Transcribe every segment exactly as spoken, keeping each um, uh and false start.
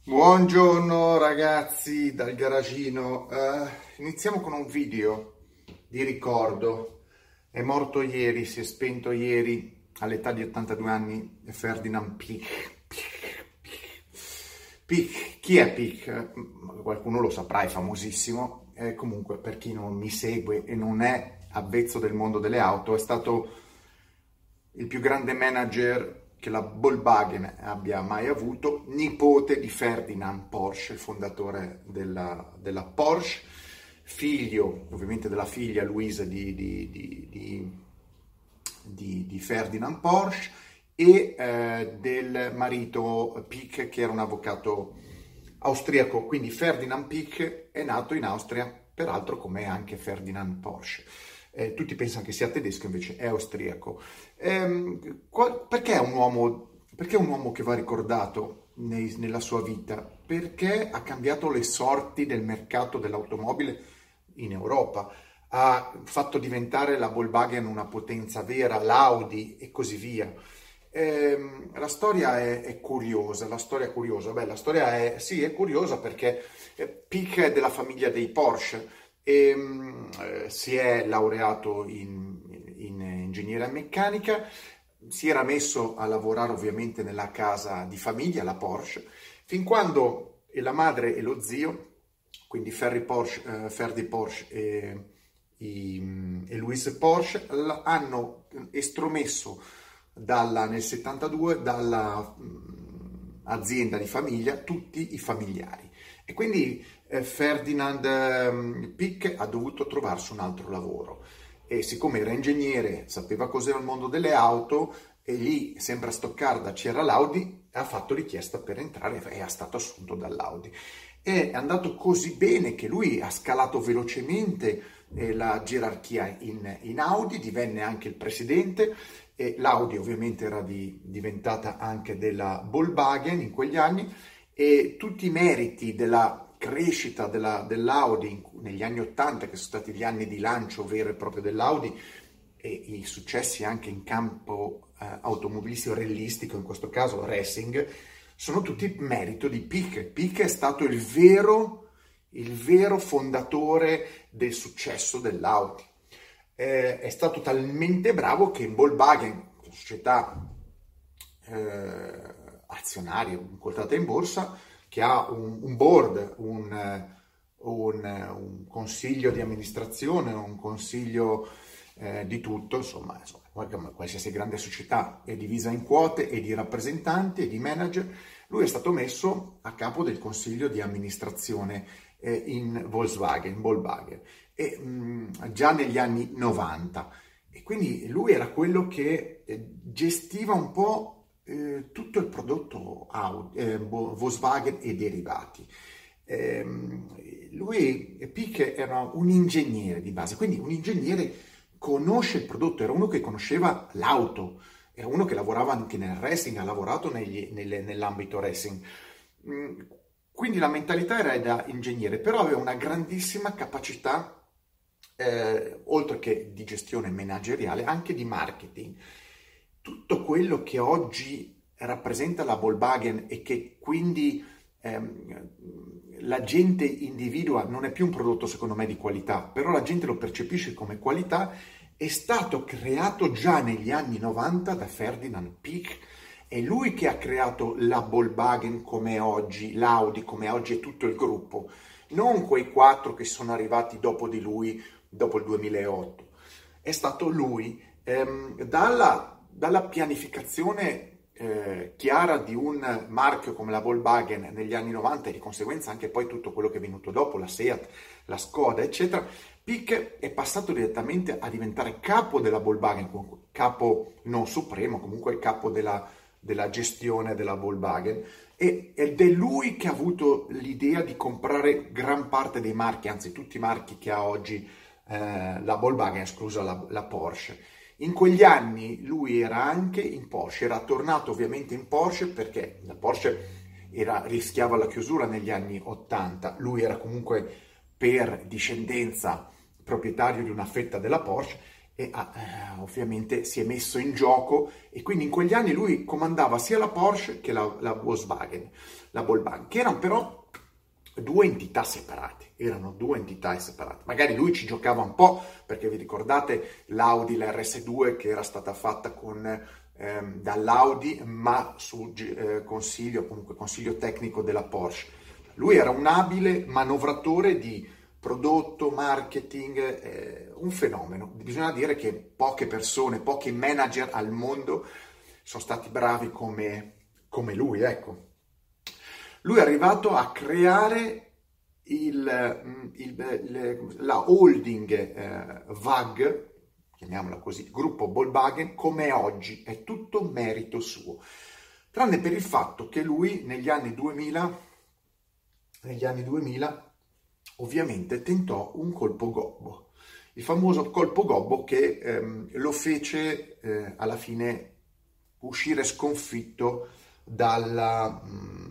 Buongiorno ragazzi dal garagino. Eh, iniziamo con un video di ricordo. È morto ieri, si è spento ieri all'età di ottantadue anni Ferdinand Piëch. Piëch, chi è Piëch? Eh, Qualcuno lo saprà, è famosissimo. Eh, comunque, per chi non mi segue e non è avvezzo del mondo delle auto, è stato il più grande manager che la Volkswagen abbia mai avuto, nipote di Ferdinand Porsche, il fondatore della, della Porsche, figlio ovviamente della figlia Louise di, di, di, di, di, di Ferdinand Porsche e eh, del marito Piëch, che era un avvocato austriaco. Quindi Ferdinand Piëch è nato in Austria, peraltro come anche Ferdinand Porsche. Eh, tutti pensano che sia tedesco, invece è austriaco. Ehm, qual- perché è un uomo, perché è un uomo che va ricordato nei- nella sua vita? Perché ha cambiato le sorti del mercato dell'automobile in Europa, ha fatto diventare la Volkswagen una potenza vera, l'Audi e così via. Ehm, la storia è, è curiosa, la storia è curiosa. Beh, la storia è, sì, è curiosa perché eh, Piëch è della famiglia dei Porsche e mh, eh, si è laureato in, in ingegneria meccanica, si era messo a lavorare ovviamente nella casa di famiglia, la Porsche, fin quando la madre e lo zio, quindi Ferry Porsche, eh, Ferdy Porsche e, i, e Louis Porsche, l- hanno estromesso dalla, nel settantadue dalla mh, azienda di famiglia tutti i familiari. E quindi eh, Ferdinand eh, Piëch ha dovuto trovarsi un altro lavoro e siccome era ingegnere, sapeva cos'era il mondo delle auto e lì sempre a Stoccarda c'era l'Audi, ha fatto richiesta per entrare e è stato assunto dall'Audi. È andato così bene che lui ha scalato velocemente eh, la gerarchia in, in Audi, divenne anche il presidente e l'Audi ovviamente era di, diventata anche della Volkswagen in quegli anni e tutti i meriti della crescita della, dell'Audi negli anni ottanta, che sono stati gli anni di lancio vero e proprio dell'Audi, e i successi anche in campo eh, automobilistico, realistico, in questo caso racing, sono tutti merito di Piëch. Piëch è stato il vero, il vero fondatore del successo dell'Audi. Eh, è stato talmente bravo che in Volkswagen, società eh, azionaria quotata in borsa, che ha un, un board, un, un, un consiglio di amministrazione, un consiglio eh, di tutto, insomma, insomma, qualsiasi grande società è divisa in quote e di rappresentanti e di manager. Lui è stato messo a capo del consiglio di amministrazione eh, in Volkswagen, Volkswagen e, mh, già negli anni novanta. E quindi lui era quello che eh, gestiva un po' eh, tutto il prodotto Audi, eh, Volkswagen e derivati. Eh, lui, Piëch, era un ingegnere di base, quindi un ingegnere conosce il prodotto, era uno che conosceva l'auto, era uno che lavorava anche nel racing, ha lavorato negli, nelle, nell'ambito racing. Mm, quindi la mentalità era da ingegnere, però aveva una grandissima capacità eh, oltre che di gestione manageriale, anche di marketing. Tutto quello che oggi rappresenta la Volkswagen e che quindi ehm, la gente individua non è più un prodotto secondo me di qualità, però la gente lo percepisce come qualità, è stato creato già negli anni novanta da Ferdinand Piëch. È lui che ha creato la Volkswagen come oggi, l'Audi come oggi e tutto il gruppo, non quei quattro che sono arrivati dopo di lui, dopo il duemilaotto. È stato lui, ehm, dalla, dalla pianificazione eh, chiara di un marchio come la Volkswagen negli anni novanta e di conseguenza anche poi tutto quello che è venuto dopo, la Seat, la Skoda, eccetera. Piëch è passato direttamente a diventare capo della Volkswagen, capo non supremo, comunque capo della, della gestione della Volkswagen. Ed è lui che ha avuto l'idea di comprare gran parte dei marchi, anzi tutti i marchi che ha oggi eh, la Volkswagen, esclusa la, la Porsche. In quegli anni lui era anche in Porsche, era tornato ovviamente in Porsche perché la Porsche era, rischiava la chiusura negli anni ottanta, lui era comunque per discendenza proprietario di una fetta della Porsche e ah, eh, ovviamente si è messo in gioco, e quindi in quegli anni lui comandava sia la Porsche che la, la Volkswagen, la Volkswagen, che erano però due entità separate, erano due entità separate. Magari lui ci giocava un po', perché vi ricordate l'Audi, la R S due, che era stata fatta con, ehm, dall'Audi, ma su eh, consiglio, comunque consiglio tecnico della Porsche. Lui era un abile manovratore di prodotto, marketing, eh, un fenomeno. Bisogna dire che poche persone, pochi manager al mondo sono stati bravi come, come lui, ecco. Lui è arrivato a creare il, il, il, la holding eh, V A G, chiamiamola così, gruppo Volkswagen, come è oggi, è tutto merito suo. Tranne per il fatto che lui negli anni duemila, negli anni duemila ovviamente tentò un colpo gobbo, il famoso colpo gobbo che ehm, lo fece eh, alla fine uscire sconfitto dalla... Mh,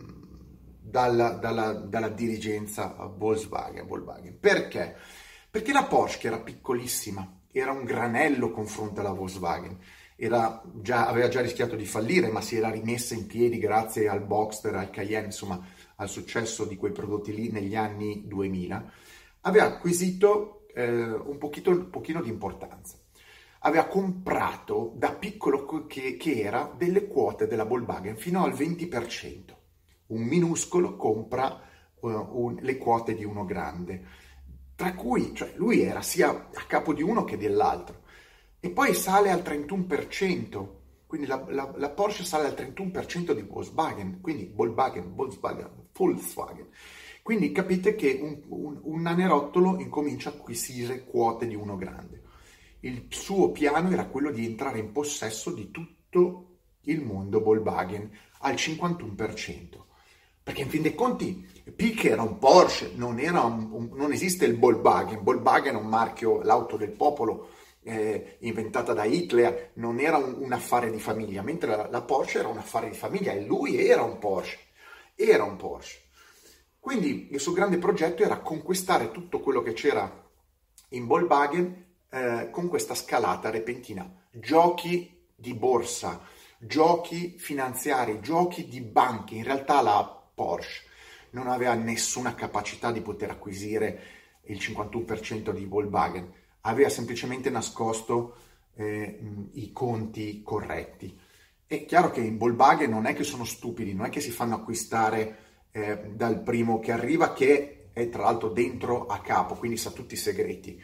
Dalla, dalla, dalla dirigenza Volkswagen, Volkswagen. Perché? Perché la Porsche, che era piccolissima, era un granello confronto alla Volkswagen, era già, aveva già rischiato di fallire, ma si era rimessa in piedi grazie al Boxster, al Cayenne, insomma al successo di quei prodotti lì negli anni duemila, aveva acquisito eh, un, pochino, un pochino di importanza. Aveva comprato da piccolo che, che era delle quote della Volkswagen fino al venti per cento. Un minuscolo compra uh, un, le quote di uno grande, tra cui, cioè, lui era sia a capo di uno che dell'altro, e poi sale al trentuno per cento, quindi la, la, la Porsche sale al trentuno per cento di Volkswagen, quindi Volkswagen, Volkswagen, Volkswagen. Quindi capite che un, un, un nanerottolo incomincia a acquisire quote di uno grande. Il suo piano era quello di entrare in possesso di tutto il mondo Volkswagen al cinquantuno per cento. Perché in fin dei conti Pick era un Porsche, non, era un, un, non esiste il Volkswagen. Volkswagen è un marchio, l'auto del popolo, eh, inventata da Hitler, non era un, un affare di famiglia, mentre la, la Porsche era un affare di famiglia e lui era un Porsche, era un Porsche. Quindi il suo grande progetto era conquistare tutto quello che c'era in Volkswagen eh, con questa scalata repentina. Giochi di borsa, giochi finanziari, giochi di banche. In realtà la Porsche non aveva nessuna capacità di poter acquisire il cinquantuno per cento di Volkswagen, aveva semplicemente nascosto eh, i conti corretti. È chiaro che in Volkswagen non è che sono stupidi, non è che si fanno acquistare eh, dal primo che arriva, che è tra l'altro dentro a capo, quindi sa tutti i segreti.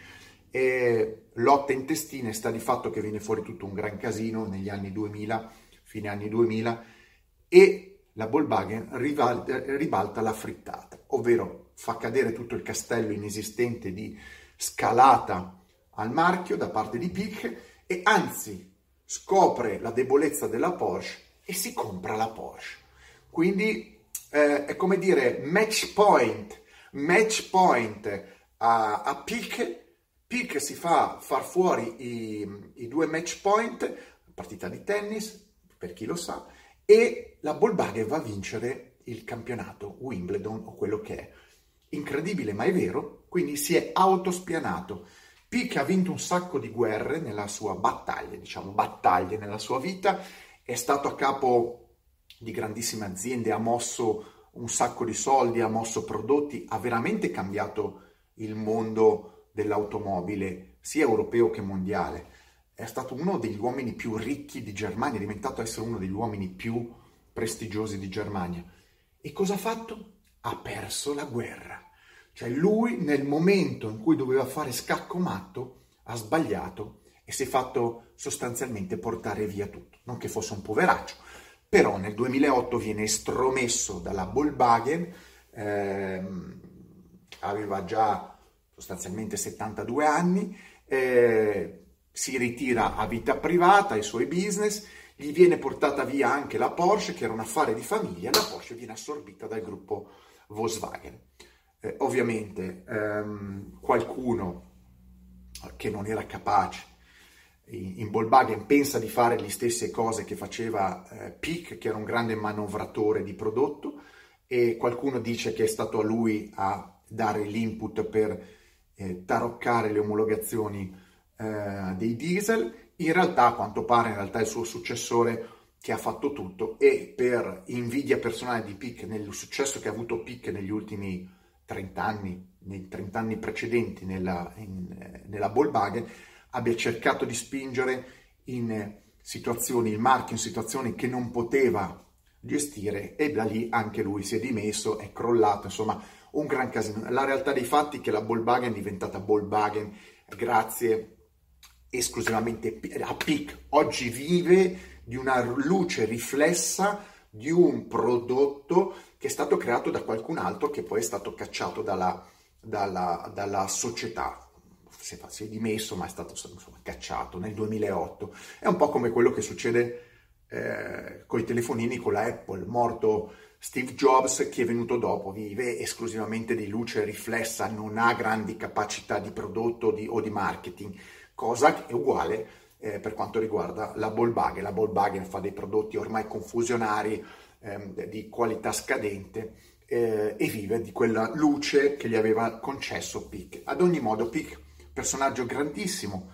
E lotta intestine, sta di fatto che viene fuori tutto un gran casino negli anni duemila, fine anni duemila, e la Volkswagen ribalta, ribalta la frittata, ovvero fa cadere tutto il castello inesistente di scalata al marchio da parte di Pick, e anzi scopre la debolezza della Porsche e si compra la Porsche. Quindi eh, è come dire match point, match point a, a Pick. Pick si fa far fuori i, i due match point, partita di tennis, per chi lo sa, e la Volkswagen va a vincere il campionato Wimbledon o quello che è. Incredibile, ma è vero. Quindi si è autospianato. Pick ha vinto un sacco di guerre nella sua battaglia, diciamo battaglie nella sua vita, è stato a capo di grandissime aziende, ha mosso un sacco di soldi, ha mosso prodotti, ha veramente cambiato il mondo dell'automobile, sia europeo che mondiale. È stato uno degli uomini più ricchi di Germania, è diventato essere uno degli uomini più prestigiosi di Germania. E cosa ha fatto? Ha perso la guerra. Cioè lui nel momento in cui doveva fare scacco matto ha sbagliato e si è fatto sostanzialmente portare via tutto. Non che fosse un poveraccio, però nel duemilaotto viene estromesso dalla Volkswagen, ehm, aveva già sostanzialmente settantadue anni, eh, si ritira a vita privata, ai suoi business, gli viene portata via anche la Porsche, che era un affare di famiglia, la Porsche viene assorbita dal gruppo Volkswagen. Eh, ovviamente ehm, qualcuno che non era capace in, in Volkswagen pensa di fare le stesse cose che faceva eh, Pick, che era un grande manovratore di prodotto, e qualcuno dice che è stato a lui a dare l'input per eh, taroccare le omologazioni eh, dei diesel. In realtà, a quanto pare, in realtà è il suo successore che ha fatto tutto, e per invidia personale di Pick, nel successo che ha avuto Pick negli ultimi trenta anni, nei trenta anni precedenti nella, in, nella Volkswagen, abbia cercato di spingere in situazioni, il marchio in situazioni che non poteva gestire, e da lì anche lui si è dimesso, è crollato, insomma un gran casino. La realtà dei fatti è che la Volkswagen è diventata Volkswagen grazie esclusivamente a Pick. Oggi vive di una luce riflessa di un prodotto che è stato creato da qualcun altro, che poi è stato cacciato dalla, dalla, dalla società. Si è, si è dimesso, ma è stato insomma, cacciato nel duemilaotto. È un po' come quello che succede eh, con i telefonini, con la Apple. Morto Steve Jobs, chi è venuto dopo vive esclusivamente di luce riflessa, non ha grandi capacità di prodotto di, o di marketing, cosa che è uguale eh, per quanto riguarda la Volkswagen. La Volkswagen fa dei prodotti ormai confusionari, ehm, di qualità scadente, eh, e vive di quella luce che gli aveva concesso Pick. Ad ogni modo, Pick, personaggio grandissimo,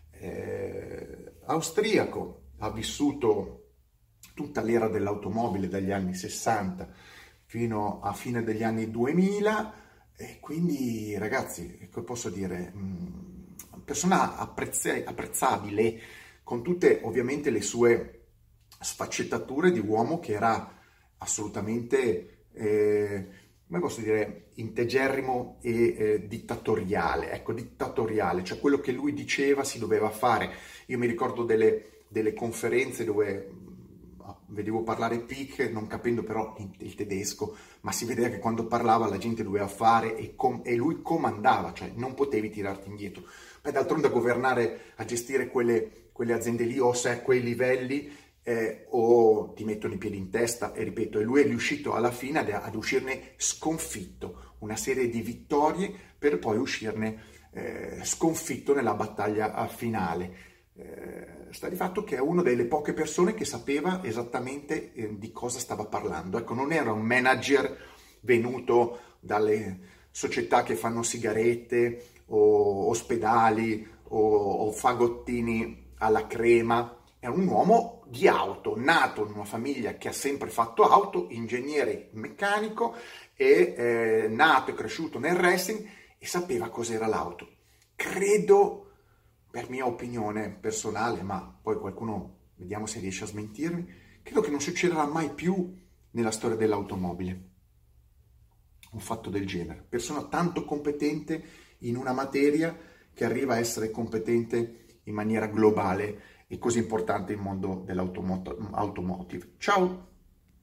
eh, austriaco, ha vissuto tutta l'era dell'automobile dagli anni sessanta fino a fine degli anni duemila, e quindi ragazzi, che posso dire, persona apprezz- apprezzabile, con tutte ovviamente le sue sfaccettature di uomo che era assolutamente, eh, come posso dire, integerrimo e eh, dittatoriale, ecco, dittatoriale, cioè quello che lui diceva si doveva fare. Io mi ricordo delle, delle conferenze dove vedevo parlare Pick, non capendo però il tedesco, ma si vedeva che quando parlava la gente doveva fare e, com- e lui comandava, cioè non potevi tirarti indietro. Poi d'altronde a governare, a gestire quelle, quelle aziende lì, o sei a quei livelli, eh, o ti mettono i piedi in testa, e ripeto, e lui è riuscito alla fine ad, ad uscirne sconfitto, una serie di vittorie per poi uscirne eh, sconfitto nella battaglia finale. Eh, sta di fatto che è una delle poche persone che sapeva esattamente eh, di cosa stava parlando. Ecco, non era un manager venuto dalle società che fanno sigarette o ospedali o, o fagottini alla crema. È un uomo di auto, nato in una famiglia che ha sempre fatto auto, ingegnere meccanico, e eh, nato e cresciuto nel racing, e sapeva cos'era l'auto. Credo, per mia opinione personale, ma poi qualcuno, vediamo se riesce a smentirmi, credo che non succederà mai più nella storia dell'automobile un fatto del genere. Persona tanto competente in una materia che arriva a essere competente in maniera globale e così importante nel mondo dell'automotive. Ciao!